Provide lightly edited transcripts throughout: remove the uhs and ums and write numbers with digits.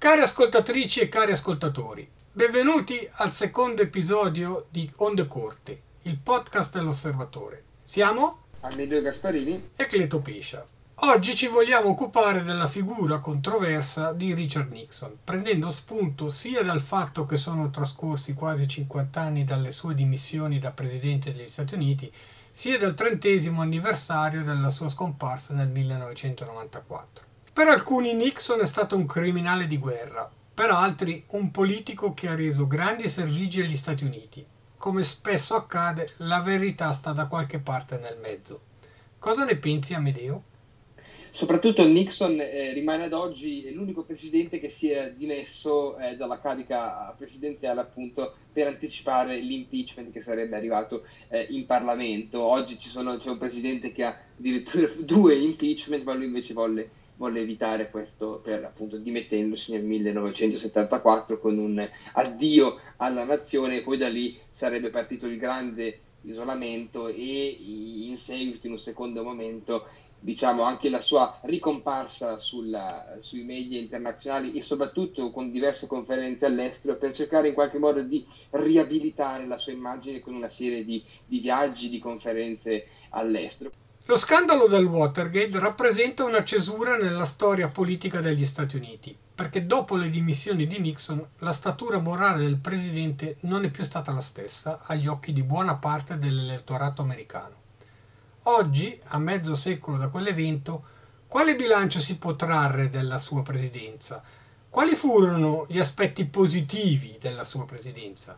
Cari ascoltatrici e cari ascoltatori, benvenuti al secondo episodio di Onde Corte, il podcast dell'Osservatore. Siamo Amedeo Gasparini e Cleto Pescia. Oggi ci vogliamo occupare della figura controversa di Richard Nixon, prendendo spunto sia dal fatto che sono trascorsi quasi 50 anni dalle sue dimissioni da Presidente degli Stati Uniti, sia dal 30° anniversario della sua scomparsa nel 1994. Per alcuni Nixon è stato un criminale di guerra, per altri un politico che ha reso grandi servigi agli Stati Uniti. Come spesso accade, la verità sta da qualche parte nel mezzo. Cosa ne pensi, Amedeo? Soprattutto Nixon rimane ad oggi l'unico presidente che si è dimesso dalla carica presidenziale, appunto, per anticipare l'impeachment che sarebbe arrivato in Parlamento. Oggi c'è un presidente che ha addirittura 2 impeachment, ma lui invece volle evitare questo, appunto, dimettendosi nel 1974 con un addio alla nazione, e poi da lì sarebbe partito il grande isolamento e in seguito, in un secondo momento, diciamo, anche la sua ricomparsa sui media internazionali e soprattutto con diverse conferenze all'estero, per cercare in qualche modo di riabilitare la sua immagine con una serie di viaggi, di conferenze all'estero. Lo scandalo del Watergate rappresenta una cesura nella storia politica degli Stati Uniti, perché dopo le dimissioni di Nixon la statura morale del presidente non è più stata la stessa agli occhi di buona parte dell'elettorato americano. Oggi, a mezzo secolo da quell'evento, quale bilancio si può trarre della sua presidenza? Quali furono gli aspetti positivi della sua presidenza?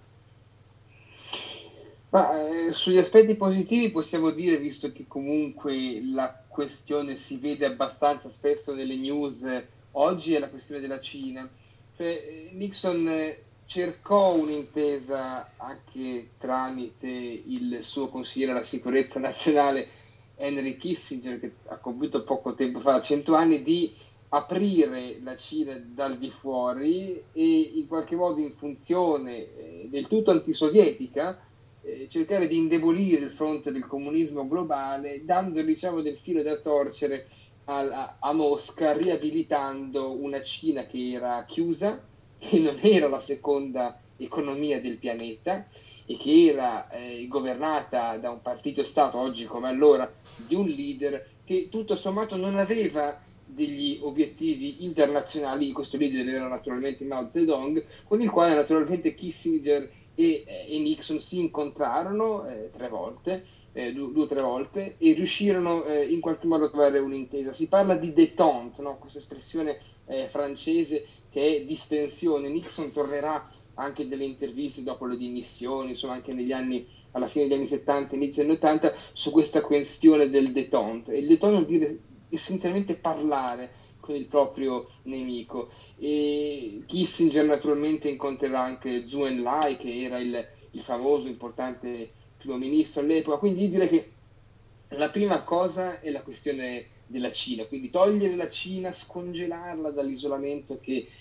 Sugli aspetti positivi possiamo dire, visto che comunque la questione si vede abbastanza spesso nelle news oggi, è la questione della Cina. Nixon cercò un'intesa anche tramite il suo consigliere alla sicurezza nazionale Henry Kissinger, che ha compiuto poco tempo fa, 100 anni, di aprire la Cina dal di fuori e in qualche modo, in funzione del tutto antisovietica, cercare di indebolire il fronte del comunismo globale, dando, diciamo, del filo da torcere a Mosca, riabilitando una Cina che era chiusa, che non era la seconda economia del pianeta e che era governata da un partito-stato, oggi come allora, di un leader che tutto sommato non aveva degli obiettivi internazionali. Questo leader era naturalmente Mao Zedong, con il quale naturalmente Kissinger e Nixon si incontrarono 3 volte, 2 o 3 volte, e riuscirono in qualche modo a trovare un'intesa. Si parla di détente, no? Questa espressione francese che è distensione. Nixon tornerà anche delle interviste dopo le dimissioni, insomma anche alla fine degli anni 70, inizio anni 80, su questa questione del détente. E il détente vuol dire essenzialmente parlare con il proprio nemico. E Kissinger naturalmente incontrerà anche Zhou Enlai, che era il famoso, importante primo ministro all'epoca. Quindi direi che la prima cosa è la questione della Cina, quindi togliere la Cina, scongelarla dall'isolamento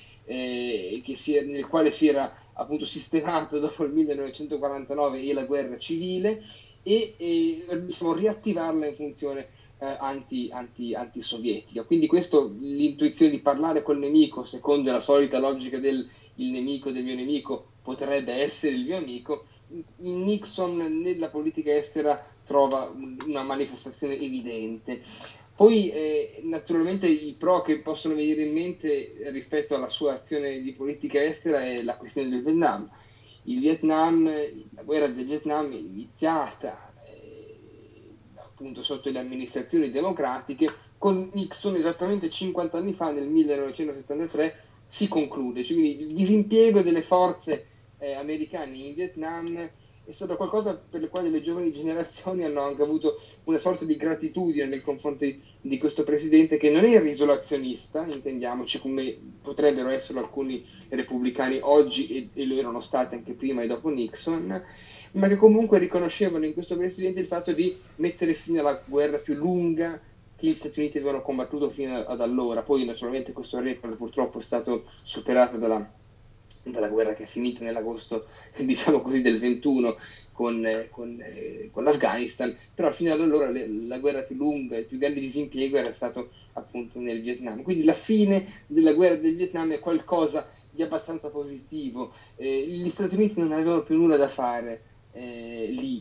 nel quale si era appunto sistemato dopo il 1949 e la guerra civile, e diciamo, riattivarla in funzione antisovietica. Quindi questo, l'intuizione di parlare col nemico secondo la solita logica del il nemico del mio nemico potrebbe essere il mio amico, in Nixon nella politica estera trova una manifestazione evidente. Poi naturalmente i pro che possono venire in mente rispetto alla sua azione di politica estera è la questione del Vietnam. La guerra del Vietnam è iniziata appunto sotto le amministrazioni democratiche. Con Nixon esattamente 50 anni fa, nel 1973, si conclude. Cioè, quindi il disimpiego delle forze americane in Vietnam è stato qualcosa per il quale le giovani generazioni hanno anche avuto una sorta di gratitudine nei confronti di questo presidente, che non era isolazionista, intendiamoci, come potrebbero essere alcuni repubblicani oggi, e lo erano stati anche prima e dopo Nixon, ma che comunque riconoscevano in questo presidente il fatto di mettere fine alla guerra più lunga che gli Stati Uniti avevano combattuto fino ad allora. Poi naturalmente questo record purtroppo è stato superato dalla dalla guerra che è finita nell'agosto, diciamo così, del 21 con l'Afghanistan, però fino ad allora la guerra più lunga, il più grande disimpiego era stato appunto nel Vietnam. Quindi la fine della guerra del Vietnam è qualcosa di abbastanza positivo. Gli Stati Uniti non avevano più nulla da fare lì,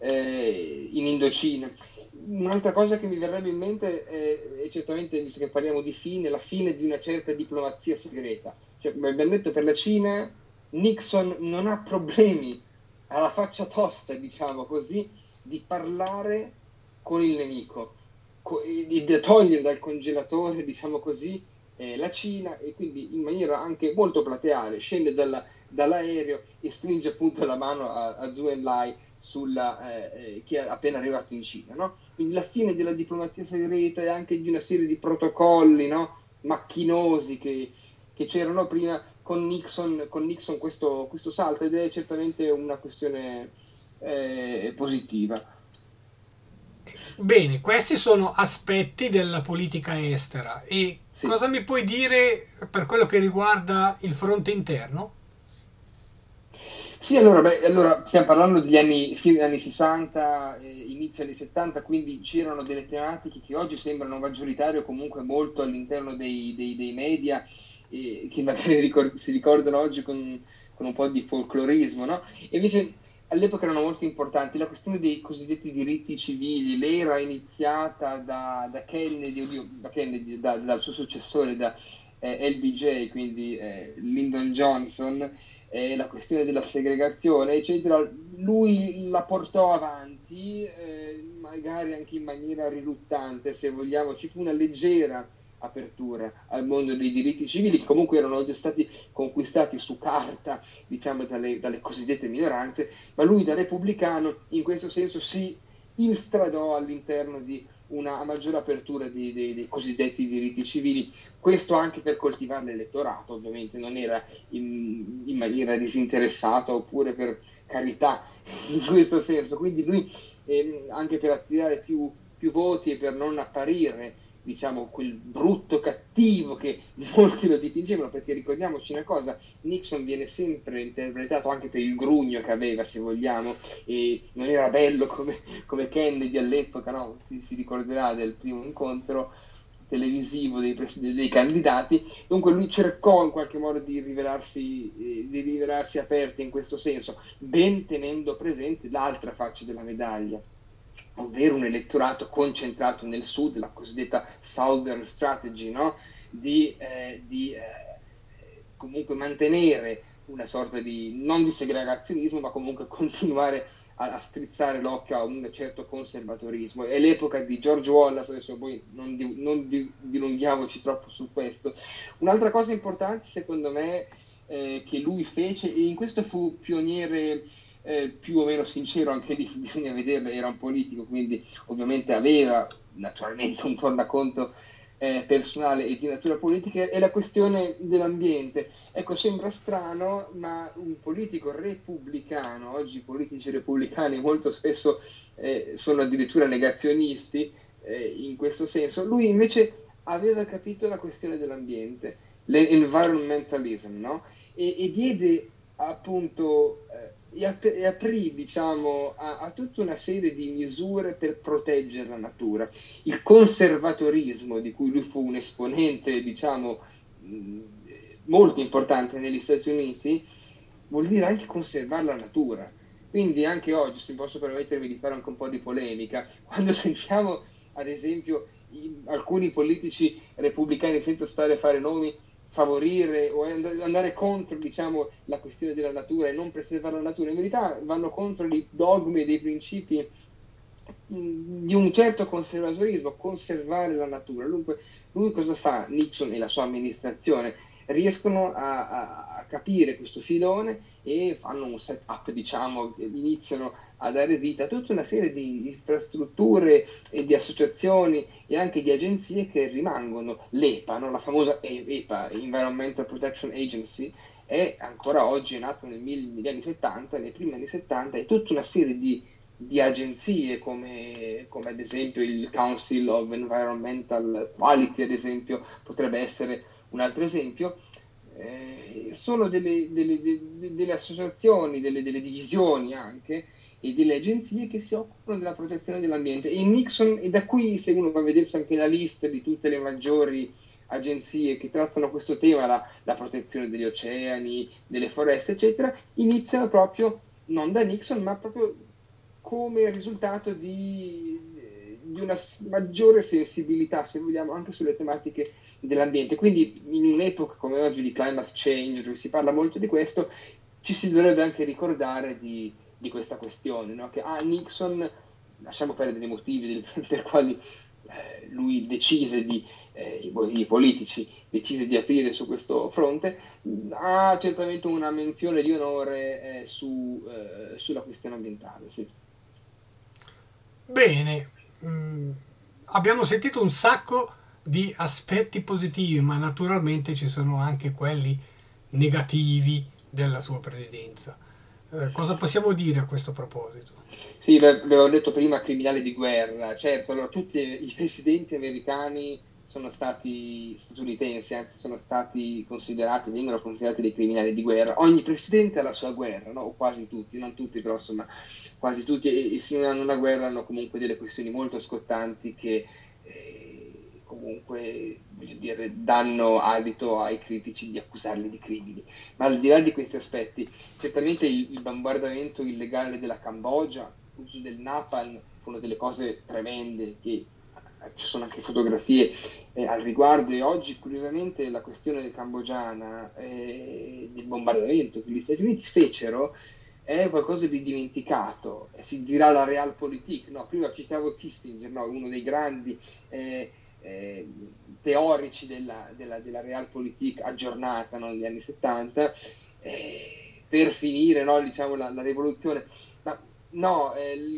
in Indocina. Un'altra cosa che mi verrebbe in mente è certamente, visto che parliamo di fine, la fine di una certa diplomazia segreta. Cioè, come abbiamo detto, per la Cina Nixon non ha problemi, ha la faccia tosta, diciamo così, di parlare con il nemico, di togliere dal congelatore, diciamo così, la Cina, e quindi in maniera anche molto plateale scende dall'aereo e stringe appunto la mano a Zhou Enlai che è appena arrivato in Cina, no? Quindi la fine della diplomazia segreta e anche di una serie di protocolli, no? Macchinosi che c'erano prima con Nixon questo salto, ed è certamente una questione positiva. Bene, questi sono aspetti della politica estera. E Sì. cosa mi puoi dire per quello che riguarda il fronte interno? Sì, allora stiamo parlando degli fine anni 60, inizio anni 70, quindi c'erano delle tematiche che oggi sembrano maggioritarie o comunque molto all'interno dei media, che magari si ricordano oggi con un po' di folclorismo, no? E invece all'epoca erano molto importanti. La questione dei cosiddetti diritti civili, l'era iniziata da Kennedy, dal suo successore, da LBJ, quindi Lyndon Johnson, la questione della segregazione, eccetera, lui la portò avanti, magari anche in maniera riluttante, se vogliamo. Ci fu una leggera apertura al mondo dei diritti civili, che comunque erano già stati conquistati su carta, diciamo, dalle cosiddette minoranze, ma lui da repubblicano in questo senso si instradò all'interno di una maggiore apertura dei cosiddetti diritti civili, questo anche per coltivare l'elettorato, ovviamente non era in maniera disinteressata oppure per carità in questo senso, quindi lui anche per attirare più voti e per non apparire, diciamo, quel brutto cattivo che molti lo dipingevano, perché ricordiamoci una cosa, Nixon viene sempre interpretato anche per il grugno che aveva, se vogliamo, e non era bello come Kennedy all'epoca, no? Si ricorderà del primo incontro televisivo dei candidati. Dunque lui cercò in qualche modo di rivelarsi aperto in questo senso, ben tenendo presente l'altra faccia della medaglia, ovvero un elettorato concentrato nel sud, la cosiddetta Southern Strategy, no? Comunque mantenere una sorta non di segregazionismo, ma comunque continuare a strizzare l'occhio a un certo conservatorismo. È l'epoca di George Wallace, adesso poi non dilunghiamoci troppo su questo. Un'altra cosa importante, secondo me, che lui fece, e in questo fu pioniere più o meno sincero, anche lì bisogna vederlo, era un politico, quindi ovviamente aveva naturalmente un tornaconto personale e di natura politica, è la questione dell'ambiente. Ecco, sembra strano, ma un politico repubblicano, oggi i politici repubblicani molto spesso sono addirittura negazionisti in questo senso, lui invece aveva capito la questione dell'ambiente, l'environmentalism, no? E diede appunto e aprì, diciamo, a tutta una serie di misure per proteggere la natura. Il conservatorismo, di cui lui fu un esponente, diciamo, molto importante negli Stati Uniti, vuol dire anche conservare la natura. Quindi anche oggi, se posso permettermi di fare anche un po' di polemica, quando sentiamo, ad esempio, alcuni politici repubblicani, senza stare a fare nomi, favorire o andare contro, diciamo, la questione della natura e non preservare la natura, in verità vanno contro i dogmi e dei principi di un certo conservatorismo, conservare la natura. Dunque, lui cosa fa? Nixon e la sua amministrazione riescono a capire questo filone e fanno un set-up, diciamo, iniziano a dare vita a tutta una serie di infrastrutture e di associazioni e anche di agenzie che rimangono. L'EPA, no? La famosa EPA, Environmental Protection Agency, è ancora oggi nata negli anni 70, nei primi anni 70, e tutta una serie di agenzie come ad esempio il Council of Environmental Quality, ad esempio, potrebbe essere un altro esempio, sono delle associazioni, delle divisioni anche, e delle agenzie che si occupano della protezione dell'ambiente. E Nixon, e da qui, se uno va a vedersi anche la lista di tutte le maggiori agenzie che trattano questo tema, la protezione degli oceani, delle foreste, eccetera, iniziano proprio non da Nixon, ma proprio come risultato di una maggiore sensibilità, se vogliamo, anche sulle tematiche dell'ambiente. Quindi in un'epoca come oggi di climate change, dove si parla molto di questo, ci si dovrebbe anche ricordare di questa questione, no? Che Nixon, lasciamo perdere i motivi per quali lui decise i motivi politici, decise di aprire su questo fronte, ha certamente una menzione di onore sulla questione ambientale, sì. Bene, abbiamo sentito un sacco di aspetti positivi, ma naturalmente ci sono anche quelli negativi della sua presidenza. Cosa possiamo dire a questo proposito? Sì, avevo detto prima criminale di guerra, certo, allora tutti i presidenti americani sono stati statunitensi, anzi sono stati considerati, vengono considerati dei criminali di guerra. Ogni presidente ha la sua guerra, no? O quasi tutti, non tutti, però insomma quasi tutti, e se non hanno una guerra hanno comunque delle questioni molto scottanti che comunque, voglio dire, danno adito ai critici di accusarli di crimini. Ma al di là di questi aspetti, certamente il bombardamento illegale della Cambogia, l'uso del napalm, fu una delle cose tremende che ci sono anche fotografie al riguardo, e oggi curiosamente la questione cambogiana del bombardamento che gli Stati Uniti fecero è qualcosa di dimenticato, si dirà la realpolitik, no? Prima citavo Kissinger, no? Uno dei grandi eh, teorici della realpolitik aggiornata, no? Negli anni 70, per finire, no? Diciamo, la rivoluzione. Ma no,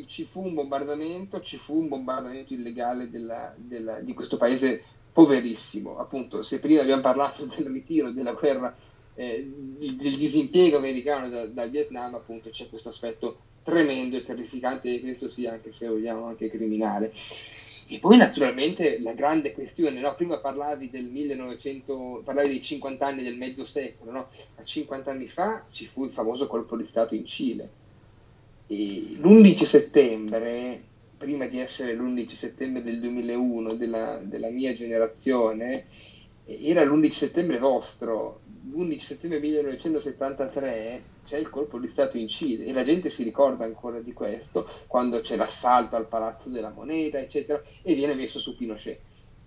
ci fu un bombardamento illegale di questo paese poverissimo. Appunto, se prima abbiamo parlato del ritiro, della guerra, del disimpiego americano dal Vietnam, appunto c'è questo aspetto tremendo e terrificante, e penso sia, anche se vogliamo, anche criminale. E poi naturalmente la grande questione, no? Prima parlavi del 1900, parlavi dei 50 anni del mezzo secolo, no? Ma 50 anni fa ci fu il famoso colpo di Stato in Cile. E l'11 settembre, prima di essere l'11 settembre del 2001 della mia generazione, era l'11 settembre vostro. L'11 settembre 1973 c'è il colpo di Stato in Cile, e la gente si ricorda ancora di questo, quando c'è l'assalto al Palazzo della Moneta, eccetera, e viene messo su Pinochet.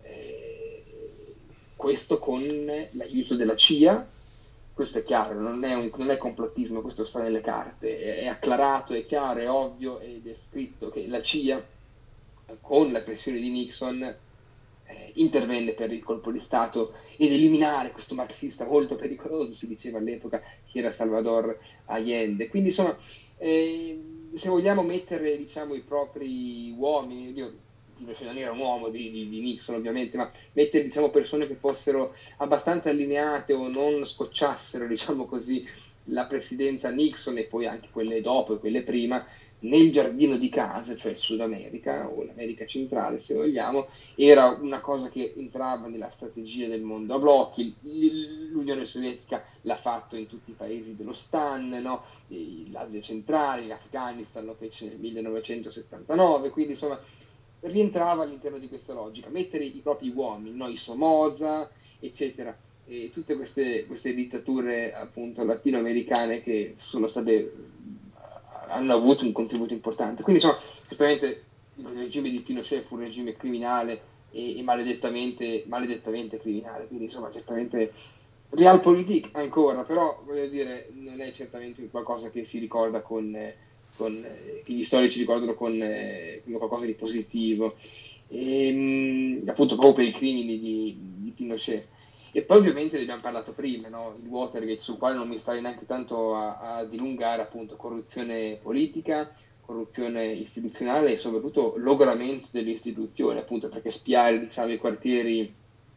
Questo con l'aiuto della CIA. Questo è chiaro, non è complottismo, questo sta nelle carte, è acclarato, è chiaro, è ovvio, ed è scritto che la CIA, con la pressione di Nixon, intervenne per il colpo di Stato ed eliminare questo marxista molto pericoloso, si diceva all'epoca, che era Salvador Allende. Quindi insomma, se vogliamo mettere, diciamo, i propri uomini, Pinochet non era un uomo di Nixon ovviamente, ma mettere, diciamo, persone che fossero abbastanza allineate o non scocciassero, diciamo così, la presidenza Nixon, e poi anche quelle dopo e quelle prima, nel giardino di casa, cioè il Sud America o l'America centrale se vogliamo, era una cosa che entrava nella strategia del mondo a blocchi. L'Unione Sovietica l'ha fatto in tutti i paesi dello Stan, no? L'Asia centrale, l'Afghanistan lo fece nel 1979, quindi insomma rientrava all'interno di questa logica, mettere i propri uomini, no? I Somoza, eccetera, e tutte queste dittature appunto latinoamericane che sono state, hanno avuto un contributo importante. Quindi insomma, certamente il regime di Pinochet fu un regime criminale e maledettamente criminale, quindi insomma certamente realpolitik ancora, però voglio dire, non è certamente qualcosa che si ricorda che gli storici ricordano come qualcosa di positivo, appunto proprio per i crimini di Pinochet. E poi ovviamente ne abbiamo parlato prima, no? Il Watergate, sul quale non mi starei neanche tanto a dilungare, appunto corruzione politica, corruzione istituzionale e soprattutto logoramento delle istituzioni, appunto perché spiare, diciamo, i quartieri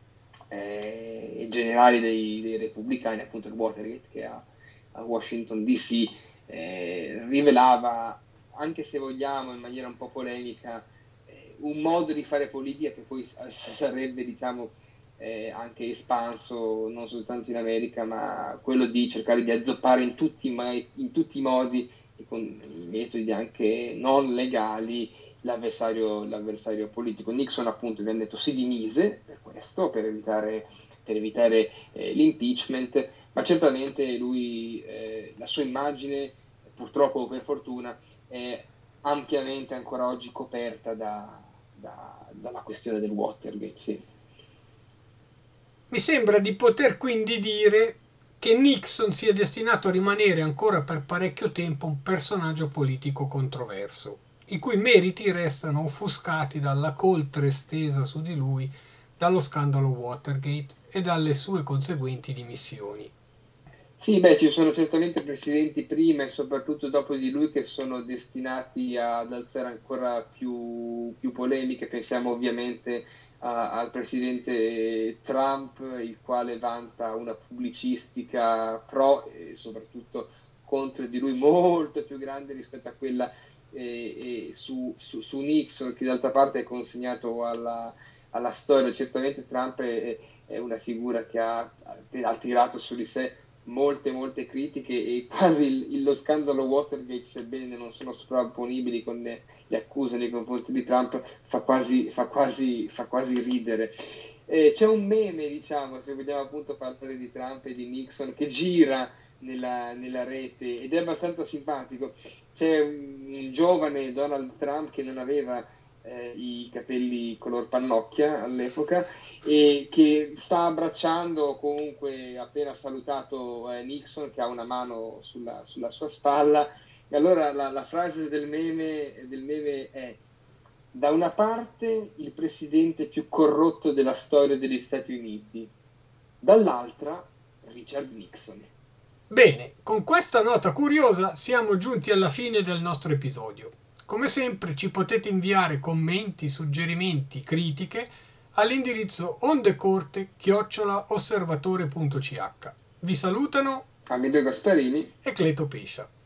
generali dei repubblicani, appunto il Watergate, che a Washington DC rivelava, anche se vogliamo in maniera un po' polemica, un modo di fare politica che poi sarebbe, diciamo, anche espanso non soltanto in America, ma quello di cercare di azzoppare in tutti i modi e con i metodi anche non legali l'avversario politico. Nixon appunto, vi hanno detto, si dimise per questo, per evitare l'impeachment, ma certamente lui, la sua immagine, purtroppo o per fortuna, è ampiamente ancora oggi coperta dalla questione del Watergate. Sì. Mi sembra di poter quindi dire che Nixon sia destinato a rimanere ancora per parecchio tempo un personaggio politico controverso, i cui meriti restano offuscati dalla coltre estesa su di lui dallo scandalo Watergate e dalle sue conseguenti dimissioni. Sì, beh, ci sono certamente presidenti prima e soprattutto dopo di lui che sono destinati ad alzare ancora più polemiche. Pensiamo ovviamente al presidente Trump, il quale vanta una pubblicistica pro e soprattutto contro di lui molto più grande rispetto a quella su Nixon, che d'altra parte è consegnato alla storia. Certamente Trump è una figura che ha tirato su di sé molte critiche e quasi lo scandalo Watergate, sebbene non sono sovrapponibili con le accuse nei confronti di Trump, fa quasi ridere. C'è un meme, diciamo, se vogliamo appunto parlare di Trump e di Nixon, che gira nella rete ed è abbastanza simpatico. C'è un giovane Donald Trump che non aveva i capelli color pannocchia all'epoca e che sta abbracciando, comunque appena salutato Nixon, che ha una mano sulla sua spalla. E allora la frase del meme è: da una parte il presidente più corrotto della storia degli Stati Uniti, dall'altra Richard Nixon. Bene, con questa nota curiosa siamo giunti alla fine del nostro episodio. Come sempre ci potete inviare commenti, suggerimenti, critiche all'indirizzo ondecorte@osservatore.ch. Vi salutano Amedeo Gasparini e Cleto Pescia.